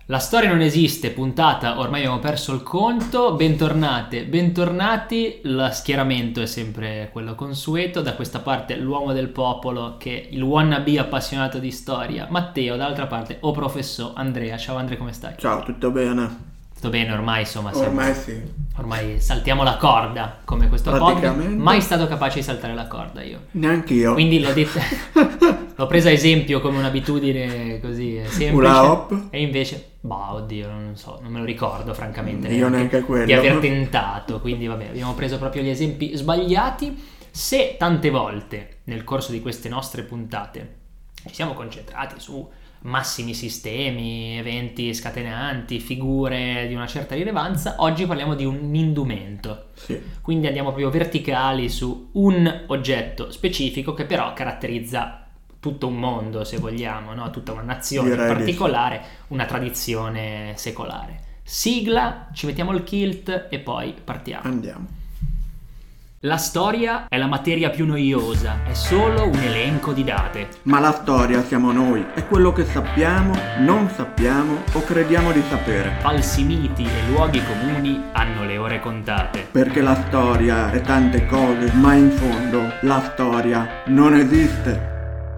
La storia non esiste, puntata, ormai abbiamo perso il conto. Bentornate, bentornati. Lo schieramento è sempre quello consueto. Da questa parte l'uomo del popolo, che il wannabe appassionato di storia, Matteo. Dall'altra parte, professor Andrea. Ciao Andrea, come stai? Ciao, tutto bene? Tutto bene, ormai insomma. Ormai sì. Ormai saltiamo la corda, come questo podcast. Praticamente. Mai stato capace di saltare la corda io. Neanch'io. Quindi l'ho detto. L'ho presa a esempio come un'abitudine così semplice. Hula hop? E invece, oddio, non so, non me lo ricordo francamente. Io neanche quello. Di aver tentato, quindi vabbè, abbiamo preso proprio gli esempi sbagliati. Se tante volte nel corso di queste nostre puntate ci siamo concentrati su massimi sistemi, eventi scatenanti, figure di una certa rilevanza, oggi parliamo di un indumento. Sì. Quindi andiamo proprio verticali su un oggetto specifico che però caratterizza tutto un mondo, se vogliamo, no? Tutta una nazione, Direi in particolare una tradizione secolare. Sigla, ci mettiamo il kilt e poi partiamo. Andiamo. La storia è la materia più noiosa, è solo un elenco di date. Ma la storia siamo noi, è quello che sappiamo, non sappiamo o crediamo di sapere. Falsi miti e luoghi comuni hanno le ore contate. Perché la storia è tante cose, ma in fondo la storia non esiste.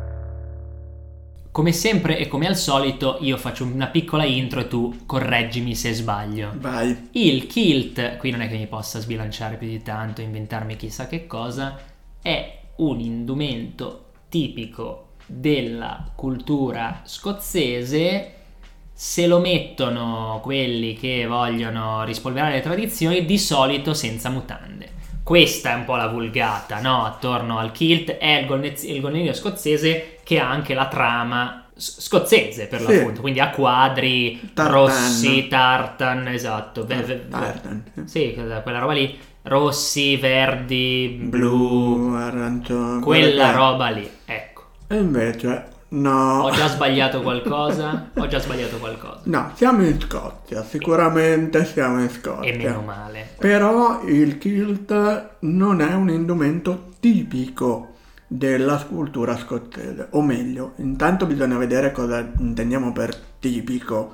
Come sempre e come al solito io faccio una piccola intro e tu correggimi se sbaglio. Vai. Il kilt, qui non è che mi possa sbilanciare più di tanto, inventarmi chissà che cosa, è un indumento tipico della cultura scozzese. Se lo mettono quelli che vogliono rispolverare le tradizioni, di solito senza mutande. Questa è un po' la vulgata, no? Attorno al kilt è il gonnellino scozzese che ha anche la trama scozzese per l'appunto, quindi a quadri Tartan. Rossi, tartan, esatto. Tartan. Sì, quella roba lì, rossi, verdi, blu, arancione. quella roba lì, ecco. E invece no. Ho già sbagliato qualcosa? No, siamo in Scozia, sicuramente siamo in Scozia. E meno male. Però il kilt non è un indumento tipico della cultura scozzese, o meglio, intanto bisogna vedere cosa intendiamo per tipico,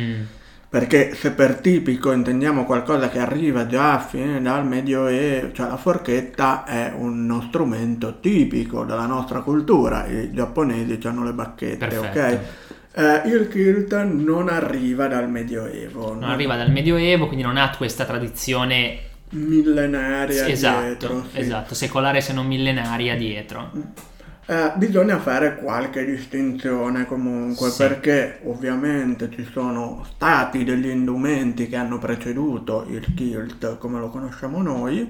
perché se per tipico intendiamo qualcosa che arriva già a fine dal Medioevo, cioè la forchetta è uno strumento tipico della nostra cultura, i giapponesi hanno le bacchette, Perfetto. ok? Il kilt non arriva dal Medioevo. Non arriva dal Medioevo, quindi non ha questa tradizione millenaria dietro. Sì. Esatto, secolare se non millenaria dietro. Bisogna fare qualche distinzione comunque, sì. Perché ovviamente ci sono stati degli indumenti che hanno preceduto il kilt come lo conosciamo noi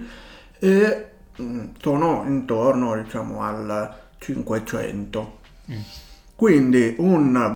e sono intorno, diciamo, al 500. Quindi un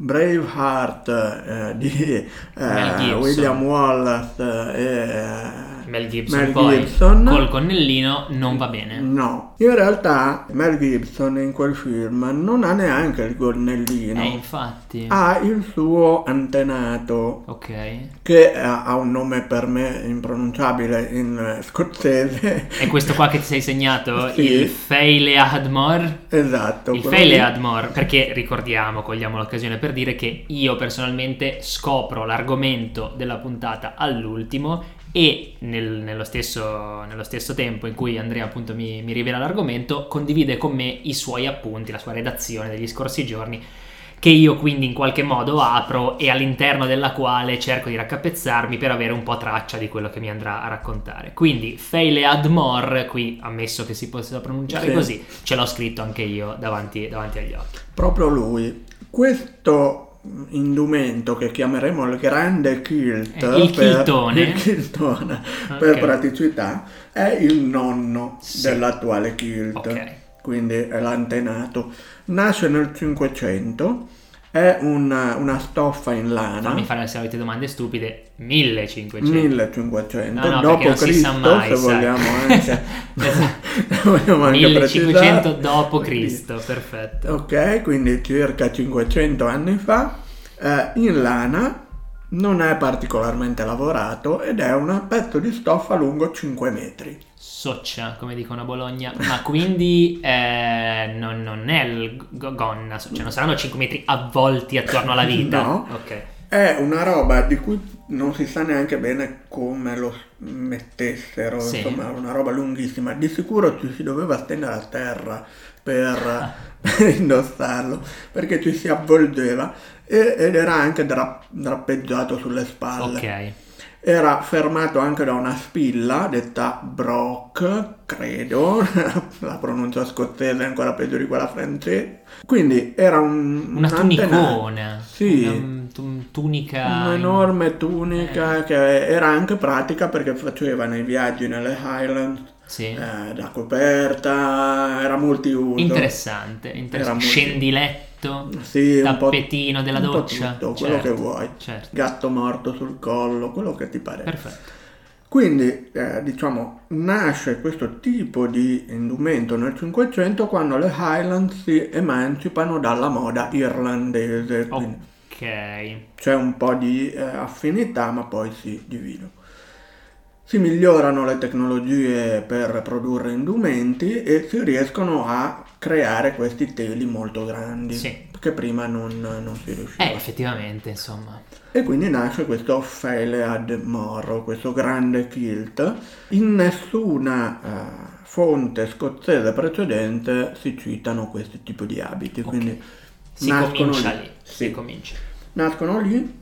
Braveheart di William Wallace e Mel Gibson col gonnellino non va bene. No, in realtà Mel Gibson in quel film non ha neanche il gonnellino. Infatti. Ha il suo antenato. Ok. Che ha un nome per me impronunciabile in scozzese. È questo qua che ti sei segnato? Sì. Il Feileadmor? Esatto. Il Feileadmor, perché ricordiamo, cogliamo l'occasione per dire che io personalmente scopro l'argomento della puntata all'ultimo e nello stesso tempo in cui Andrea appunto mi rivela l'argomento, condivide con me i suoi appunti, la sua redazione degli scorsi giorni, che io quindi in qualche modo apro e all'interno della quale cerco di raccapezzarmi per avere un po' traccia di quello che mi andrà a raccontare. Quindi Feileadmor, qui ammesso che si possa pronunciare così, ce l'ho scritto anche io davanti agli occhi. Proprio lui. Questo indumento che chiameremo il grande kilt, il kiltone per praticità, è il nonno dell'attuale kilt. Okay. Quindi è l'antenato. Nasce nel 500, è una stoffa in lana. Fammi fare le solite domande stupide. 1500 no, dopo Cristo, mai, se vogliamo anche, vogliamo anche 1500 dopo Cristo, perfetto. Ok, quindi circa 500 anni fa, in lana, non è particolarmente lavorato ed è un pezzo di stoffa lungo 5 metri. Soccia, come dicono a Bologna, ma quindi non è il gonna, cioè non saranno 5 metri avvolti attorno alla vita? No, ok. È una roba di cui non si sa neanche bene come lo mettessero, Sì. insomma, una roba lunghissima. Di sicuro ci si doveva stendere a terra per indossarlo, perché ci si avvolgeva ed era anche drappeggiato sulle spalle. Ok. Era fermato anche da una spilla detta broc, credo, la pronuncia scozzese è ancora peggio di quella francese. Quindi era Una tunicona. Sì. Una tunica. Un'enorme tunica che era anche pratica perché faceva nei viaggi nelle Highlands Sì. da coperta, era multiuso. Interessante. Era molto- Scendiletto. Sì, un po'- Tappetino della un po' doccia. tutto, quello Certo, che vuoi. certo. Gatto morto sul collo, quello che ti pare. Perfetto. Quindi, diciamo, nasce questo tipo di indumento nel Cinquecento quando le Highlands si emancipano dalla moda irlandese. Quindi Ok. c'è un po' di affinità, ma poi si dividono. Si migliorano le tecnologie per produrre indumenti e si riescono a creare questi teli molto grandi, Sì. che prima non si riusciva. Effettivamente, insomma. E quindi nasce questo Failead Morro, questo grande kilt. In nessuna fonte scozzese precedente si citano questi tipi di abiti, quindi Si nascono comincia lì. lì. Sì. Si comincia. Nascono lì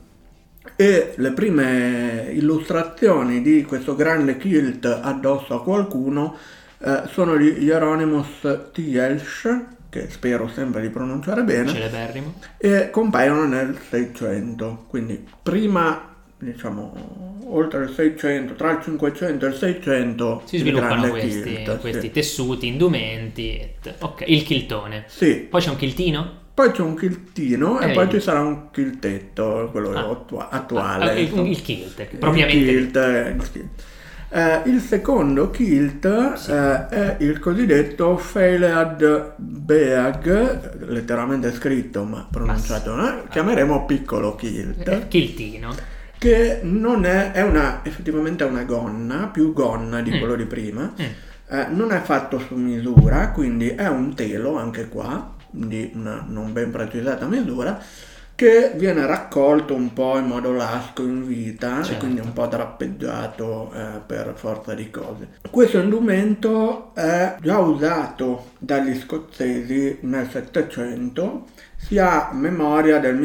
e le prime illustrazioni di questo grande kilt addosso a qualcuno sono di Hieronymus Thielsch, che spero sempre di pronunciare bene, Celeberrimo. e compaiono nel 600, quindi prima, diciamo, oltre il 600, tra il 500 e il 600 Si il sviluppano grande questi, kilt, questi sì. tessuti, indumenti. Ok, il kiltone. Sì, Poi c'è un kiltino? poi c'è un kiltino e Eh. poi ci sarà un kiltetto, quello attuale. insomma. Il kilt, propriamente Il detto. kilt, il kilt. Il secondo kilt è il cosiddetto Failead Beag, letteralmente scritto ma pronunciato, chiameremo piccolo kilt, Kiltino. che non è effettivamente è una gonna, più gonna di quello di prima. Non è fatto su misura, quindi è un telo anche qua, di una non ben precisata misura, che viene raccolto un po' in modo lasco in vita, Certo. e quindi un po' drappeggiato per forza di cose. Questo indumento è già usato dagli scozzesi nel Settecento, si ha memoria del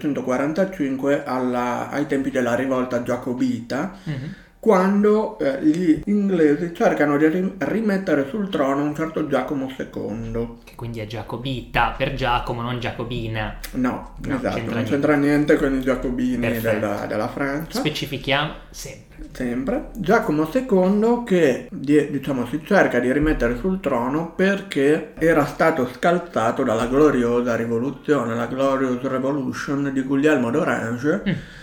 1745 ai tempi della rivolta giacobita, quando gli inglesi cercano di rimettere sul trono un certo Giacomo II. Che quindi è giacobita per Giacomo, non giacobina. No, No, esatto, c'entra non c'entra niente con i giacobini Perfetto. della Francia. Specifichiamo sempre. Sempre. Giacomo II che diciamo si cerca di rimettere sul trono perché era stato scalzato dalla gloriosa rivoluzione, la Glorious Revolution di Guglielmo d'Orange,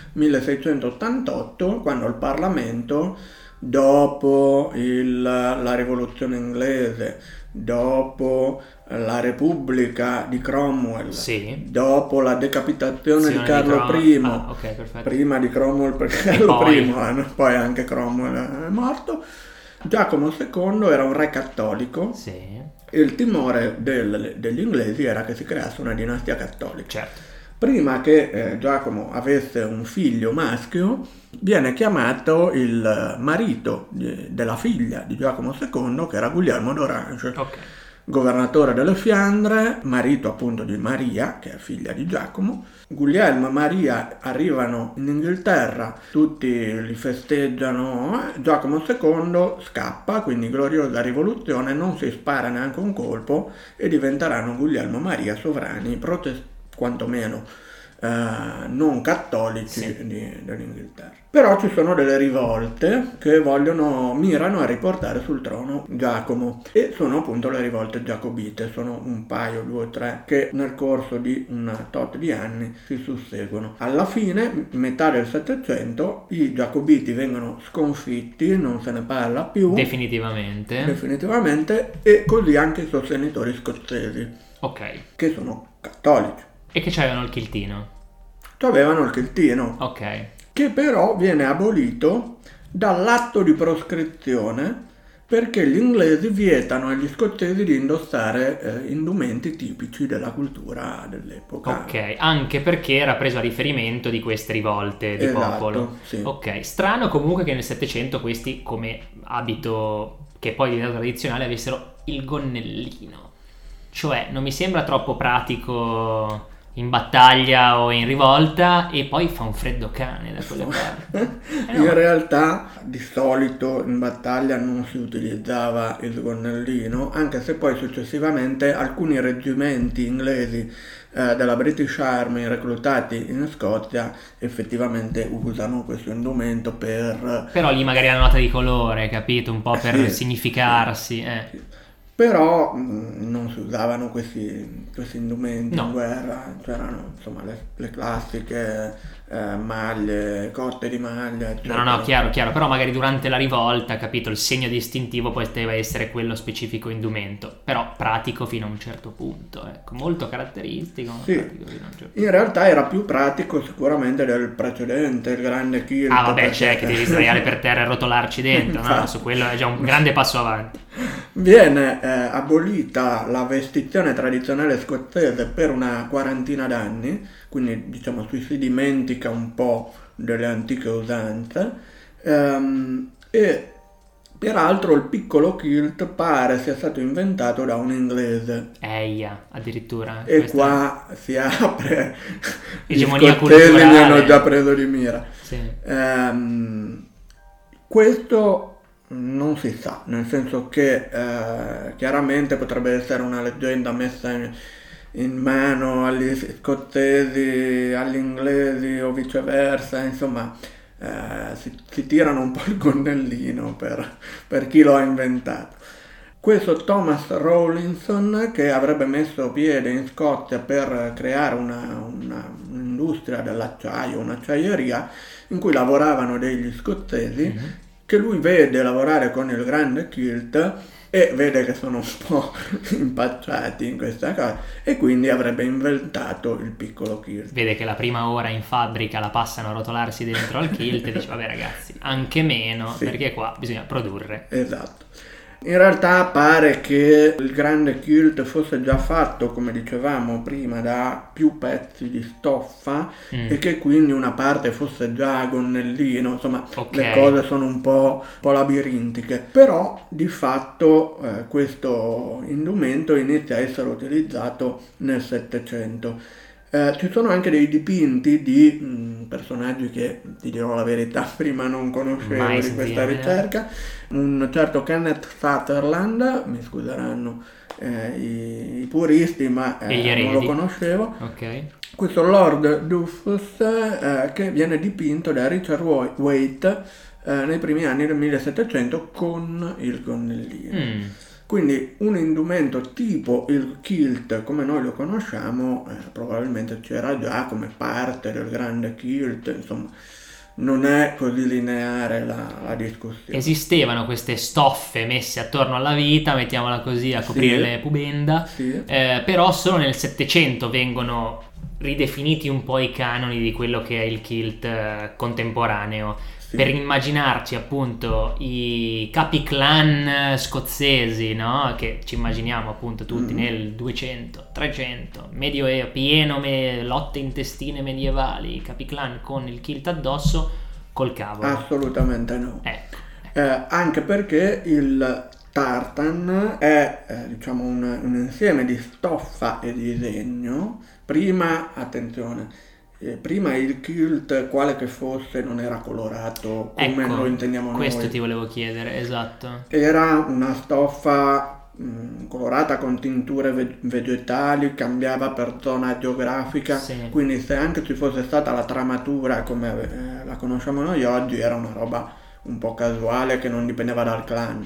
1688, quando il Parlamento, dopo la rivoluzione inglese, dopo la Repubblica di Cromwell, Sì. dopo la decapitazione di Azione Carlo Cromwell. I, Ah, ok, perfetto. prima di Cromwell perché Carlo poi? I, poi anche Cromwell è morto, Giacomo II era un re cattolico Sì, e il timore degli inglesi era che si creasse una dinastia cattolica. certo. Prima che Giacomo avesse un figlio maschio, viene chiamato il marito della figlia di Giacomo II, che era Guglielmo d'Orange, Ok. governatore delle Fiandre, marito appunto di Maria, che è figlia di Giacomo. Guglielmo e Maria arrivano in Inghilterra, tutti li festeggiano, Giacomo II scappa, quindi gloriosa rivoluzione, non si spara neanche un colpo e diventeranno Guglielmo e Maria sovrani quantomeno non cattolici Sì. dell'Inghilterra. Però ci sono delle rivolte che mirano a riportare sul trono Giacomo e sono appunto le rivolte giacobite, sono un paio, 2 o 3 che nel corso di un tot di anni si susseguono. Alla fine, metà del Settecento, i giacobiti vengono sconfitti, non se ne parla più definitivamente, e così anche i sostenitori scozzesi, Ok. che sono cattolici. E che c'avevano il kiltino? Avevano il kiltino, Ok. che però viene abolito dall'atto di proscrizione perché gli inglesi vietano agli scozzesi di indossare indumenti tipici della cultura dell'epoca. Ok, anche perché era preso a riferimento di queste rivolte di Esatto, popolo. sì. Ok, strano comunque che nel Settecento questi come abito che poi è diventato tradizionale avessero il gonnellino. Cioè, non mi sembra troppo pratico in battaglia o in rivolta, e poi fa un freddo cane da quelle parti. No. In realtà di solito in battaglia non si utilizzava il gonnellino, anche se poi successivamente alcuni reggimenti inglesi della British Army reclutati in Scozia effettivamente usano questo indumento per... Però lì magari la nota di colore, capito? Un po' per Sì, significarsi. sì. Però non si usavano questi indumenti No. in guerra, c'erano insomma le classiche maglie, cotte di maglia, eccetera. No, chiaro, però magari durante la rivolta, capito, il segno distintivo poteva essere quello specifico indumento, però pratico fino a un certo punto, ecco, molto caratteristico. Sì. Pratico fino a un certo... In realtà era più pratico sicuramente del precedente, il grande kilt. Ah vabbè, perché- c'è che devi sdraiare per terra e rotolarci dentro, no? Infatti. Su quello è già un grande passo avanti. Viene abolita la vestizione tradizionale scozzese per una quarantina d'anni, quindi diciamo si dimentica un po' delle antiche usanze, e peraltro il piccolo kilt pare sia stato inventato da un inglese. Eia, addirittura. E questa- qua si apre, gli Egemonia scozzesi mi culturale. hanno già preso di mira. Sì. Questo non si sa, nel senso che chiaramente potrebbe essere una leggenda messa in mano agli scozzesi, agli inglesi o viceversa, insomma si tirano un po' il gonnellino per chi lo ha inventato. Questo Thomas Rawlinson, che avrebbe messo piede in Scozia per creare un'industria dell'acciaio, un'acciaieria in cui lavoravano degli scozzesi, che lui vede lavorare con il grande kilt e vede che sono un po' impacciati in questa cosa, e quindi avrebbe inventato il piccolo kilt. Vede che la prima ora in fabbrica la passano a rotolarsi dentro al kilt e dice vabbè ragazzi, anche meno, Sì. perché qua bisogna produrre. Esatto. In realtà pare che il grande kilt fosse già fatto, come dicevamo prima, da più pezzi di stoffa e che quindi una parte fosse già a gonnellino, insomma Ok. le cose sono un po' labirintiche, però di fatto questo indumento inizia a essere utilizzato nel Settecento. Ci sono anche dei dipinti di personaggi che, ti dirò la verità, prima non conoscevo Mai di questa sentito. ricerca. Un certo Kenneth Sutherland, mi scuseranno i puristi, ma E gli eredi. non lo conoscevo. Ok. Questo Lord Duffus che viene dipinto da Richard Waite nei primi anni del 1700 con il gonnellino. Quindi un indumento tipo il kilt come noi lo conosciamo probabilmente c'era già come parte del grande kilt, insomma non è così lineare la discussione. Esistevano queste stoffe messe attorno alla vita, mettiamola così, a coprire Sì. le pubenda, Sì. però solo nel Settecento vengono ridefiniti un po' i canoni di quello che è il kilt contemporaneo. Sì. Per immaginarci appunto i capi clan scozzesi, no? Che ci immaginiamo appunto tutti nel 200, 300, medioevo, pieno lotte intestine medievali, i capi clan con il kilt addosso, col cavolo. Assolutamente no. Ecco. Anche perché il tartan è diciamo un insieme di stoffa e disegno. Prima, attenzione, prima il kilt, quale che fosse, non era colorato come Ecco, lo intendiamo questo noi. ti volevo chiedere, esatto. Era una stoffa colorata con tinture vegetali, cambiava per zona geografica, Sì. quindi se anche ci fosse stata la tramatura come la conosciamo noi oggi, era una roba un po' casuale che non dipendeva dal clan.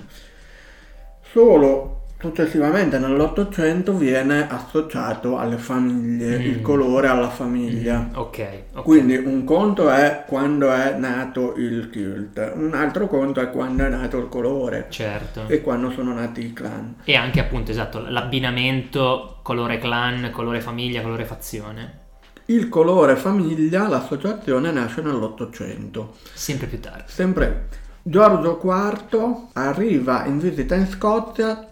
Solo successivamente nell'Ottocento viene associato alle famiglie, il colore alla famiglia. Ok. Quindi un conto è quando è nato il kilt, un altro conto è quando è nato il colore Certo. e quando sono nati i clan. E anche appunto, esatto, l'abbinamento colore clan, colore famiglia, colore fazione. Il colore famiglia, l'associazione nasce nell'Ottocento. Sempre più tardi. Sempre Giorgio IV arriva in visita in Scozia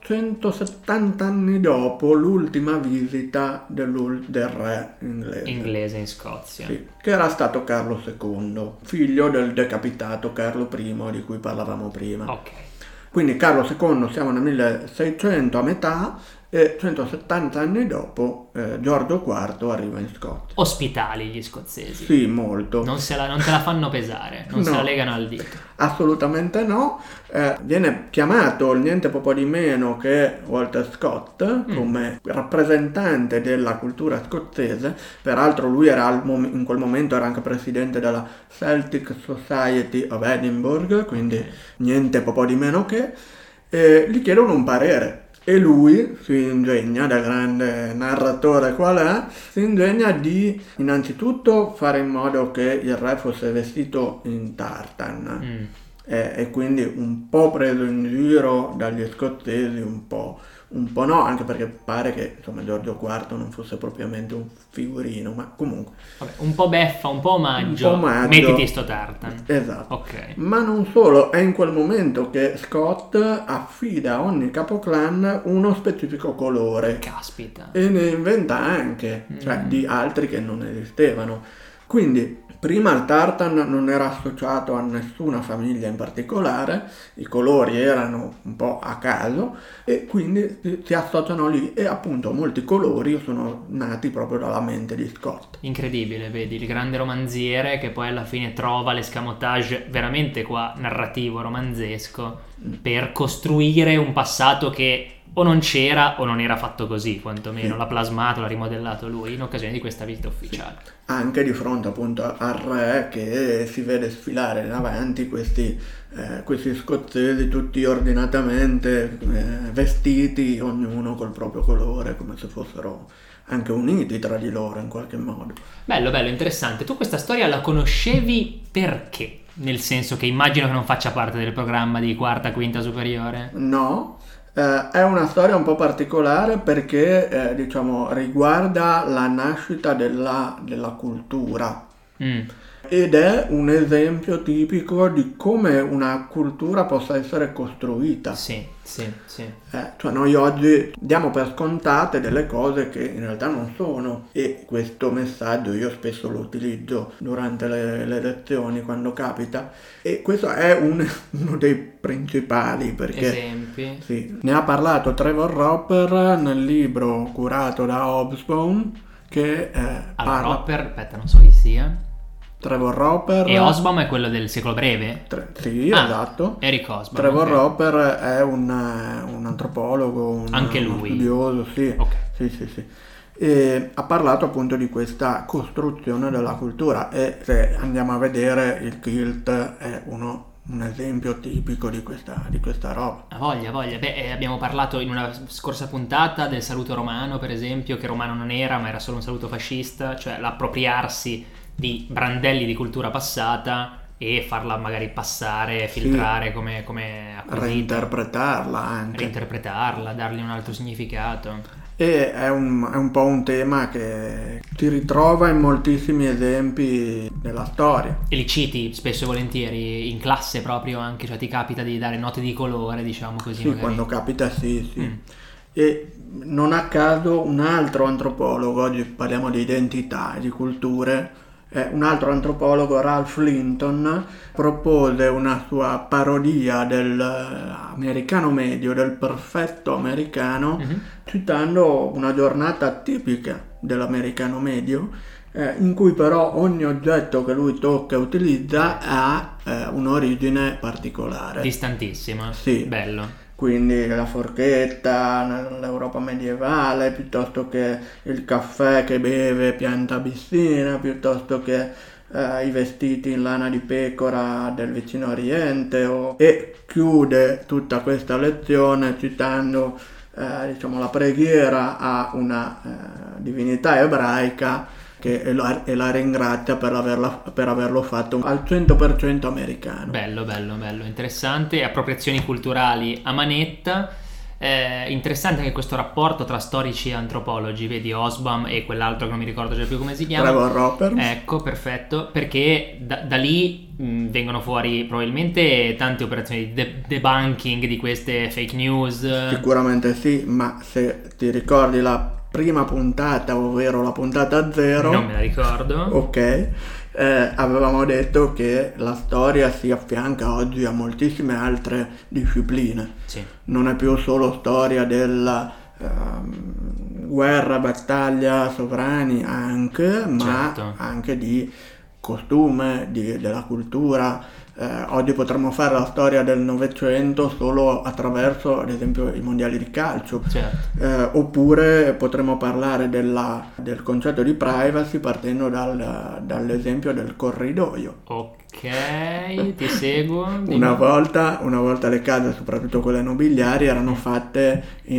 170 anni dopo l'ultima visita del re inglese in Scozia. Sì, che era stato Carlo II, figlio del decapitato Carlo I di cui parlavamo prima. Ok. Quindi Carlo II siamo nel 1600 a metà e 170 anni dopo Giorgio IV arriva in Scozia. Ospitali gli scozzesi. Sì, molto. Non te la fanno pesare, non No, se la legano al dito. Assolutamente no. Viene chiamato niente poco di meno che Walter Scott come rappresentante della cultura scozzese. Peraltro lui era in quel momento era anche presidente della Celtic Society of Edinburgh, quindi niente poco di meno che. Gli chiedono un parere. E lui si ingegna, da grande narratore qual è, si ingegna di innanzitutto fare in modo che il re fosse vestito in tartan e quindi un po' preso in giro dagli scozzesi, un po' no, anche perché pare che insomma Giorgio IV non fosse propriamente un figurino, ma comunque vabbè, un po' beffa, un po' omaggio, mettiti sto tartan. Esatto. Ok. Ma non solo, è in quel momento che Scott affida a ogni capoclan uno specifico colore. Caspita. E ne inventa anche, cioè di altri che non esistevano. Quindi prima il tartan non era associato a nessuna famiglia in particolare, i colori erano un po' a caso e quindi si associano lì e appunto molti colori sono nati proprio dalla mente di Scott. Incredibile, vedi, il grande romanziere che poi alla fine trova l'escamotage veramente qua narrativo, romanzesco, per costruire un passato che o non c'era o non era fatto così, quantomeno l'ha plasmato, l'ha rimodellato lui in occasione di questa visita ufficiale. Anche di fronte appunto al re che si vede sfilare davanti questi scozzesi tutti ordinatamente vestiti, ognuno col proprio colore, come se fossero anche uniti tra di loro in qualche modo. Bello, interessante. Tu questa storia la conoscevi perché? Nel senso che immagino che non faccia parte del programma di quarta, quinta superiore? No. È una storia un po' particolare perché diciamo riguarda la nascita della cultura ed è un esempio tipico di come una cultura possa essere costruita. Sì. Cioè noi oggi diamo per scontate delle cose che in realtà non sono e questo messaggio io spesso lo utilizzo durante le lezioni quando capita e questo è uno dei principali perché esempi. Sì, ne ha parlato Trevor Roper nel libro curato da Hobsbawm che parla... Roper, aspetta, non so chi sia. Trevor Roper e Hobsbawm è quello del secolo breve? Sì, esatto. Eric Hobsbawm. Trevor Roper è un antropologo, anche lui. uno studioso, sì. Okay. Sì. E ha parlato appunto di questa costruzione della cultura e se andiamo a vedere il kilt è un esempio tipico di questa roba. A voglia. Beh, abbiamo parlato in una scorsa puntata del saluto romano, per esempio, che romano non era, ma era solo un saluto fascista, cioè l'appropriarsi di brandelli di cultura passata e farla magari passare, filtrare come acquisita. Reinterpretarla, dargli un altro significato. E è un po' un tema che si ritrova in moltissimi esempi della storia. E li citi spesso e volentieri in classe proprio anche, cioè ti capita di dare note di colore, diciamo così. Sì, magari. Quando capita sì. E non a caso un altro antropologo, oggi parliamo di identità e di culture, un altro antropologo, Ralph Linton, propose una sua parodia dell'americano medio, del perfetto americano, citando una giornata tipica dell'americano medio, in cui però ogni oggetto che lui tocca e utilizza ha un'origine particolare. Distantissima. Sì. Bello. Quindi la forchetta nell'Europa medievale, piuttosto che il caffè che beve pianta Abissina, piuttosto che i vestiti in lana di pecora del vicino Oriente, e chiude tutta questa lezione citando la preghiera a una divinità ebraica e la ringrazia per averlo fatto al 100% americano. Bello, interessante. Appropriazioni culturali a manetta. Interessante anche questo rapporto tra storici e antropologi, vedi Osbam e quell'altro che non mi ricordo già più come si chiama. Trevor Roper. Ecco, perfetto, perché da lì vengono fuori probabilmente tante operazioni di debunking di queste fake news. Sicuramente sì, ma se ti ricordi la prima puntata, ovvero la puntata 0, non me la ricordo. Ok, avevamo detto che la storia si affianca oggi a moltissime altre discipline. Sì. Non è più solo storia della guerra, battaglia, sovrani anche, ma Certo. anche di costume, della cultura. Oggi potremmo fare la storia del Novecento solo attraverso, ad esempio, i mondiali di calcio. Certo. Oppure potremmo parlare del concetto di privacy partendo dall'esempio del corridoio. Ok, ti seguo. Una volta le case, soprattutto quelle nobiliari, erano fatte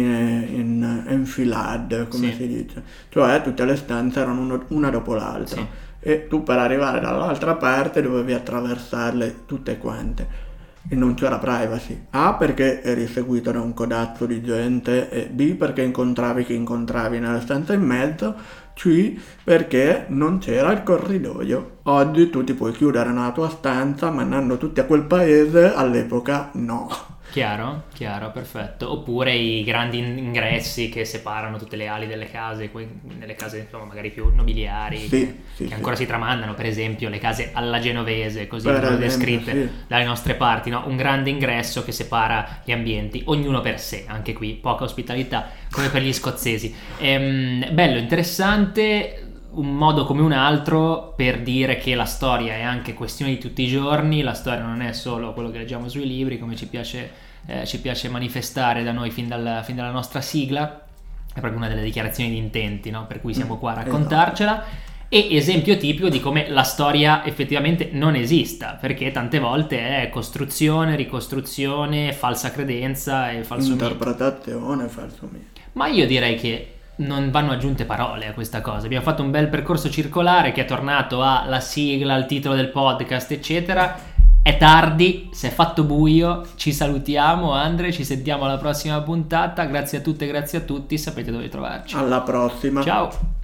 in enfilade, come Sì. si dice, cioè tutte le stanze erano una dopo l'altra. Sì. E tu per arrivare dall'altra parte dovevi attraversarle tutte quante e non c'era privacy. A, perché eri seguito da un codazzo di gente, e B, perché incontravi chi incontravi nella stanza in mezzo, C, perché non c'era il corridoio. Oggi tu ti puoi chiudere nella tua stanza mandando tutti a quel paese, all'epoca no. Chiaro, perfetto. Oppure i grandi ingressi che separano tutte le ali delle case, nelle case insomma, magari più nobiliari, Sì, che ancora si tramandano, per esempio le case alla genovese, così Per vengono esempio, descritte sì. dalle nostre parti, no? Un grande ingresso che separa gli ambienti, ognuno per sé, anche qui poca ospitalità come per gli scozzesi. Bello, interessante. Un modo come un altro per dire che la storia è anche questione di tutti i giorni, la storia non è solo quello che leggiamo sui libri, come ci piace manifestare da noi fin dalla nostra sigla, è proprio una delle dichiarazioni di intenti, no? Per cui siamo qua a raccontarcela. E esempio tipico di come la storia effettivamente non esista, perché tante volte è costruzione, ricostruzione, falsa credenza e falso mito. Interpretazione, falso mito. Ma io direi che non vanno aggiunte parole a questa cosa. Abbiamo fatto un bel percorso circolare che è tornato alla sigla, al titolo del podcast, eccetera. È tardi, si è fatto buio, ci salutiamo Andre, ci sentiamo alla prossima puntata. Grazie a tutte e grazie a tutti, sapete dove trovarci. Alla prossima. Ciao.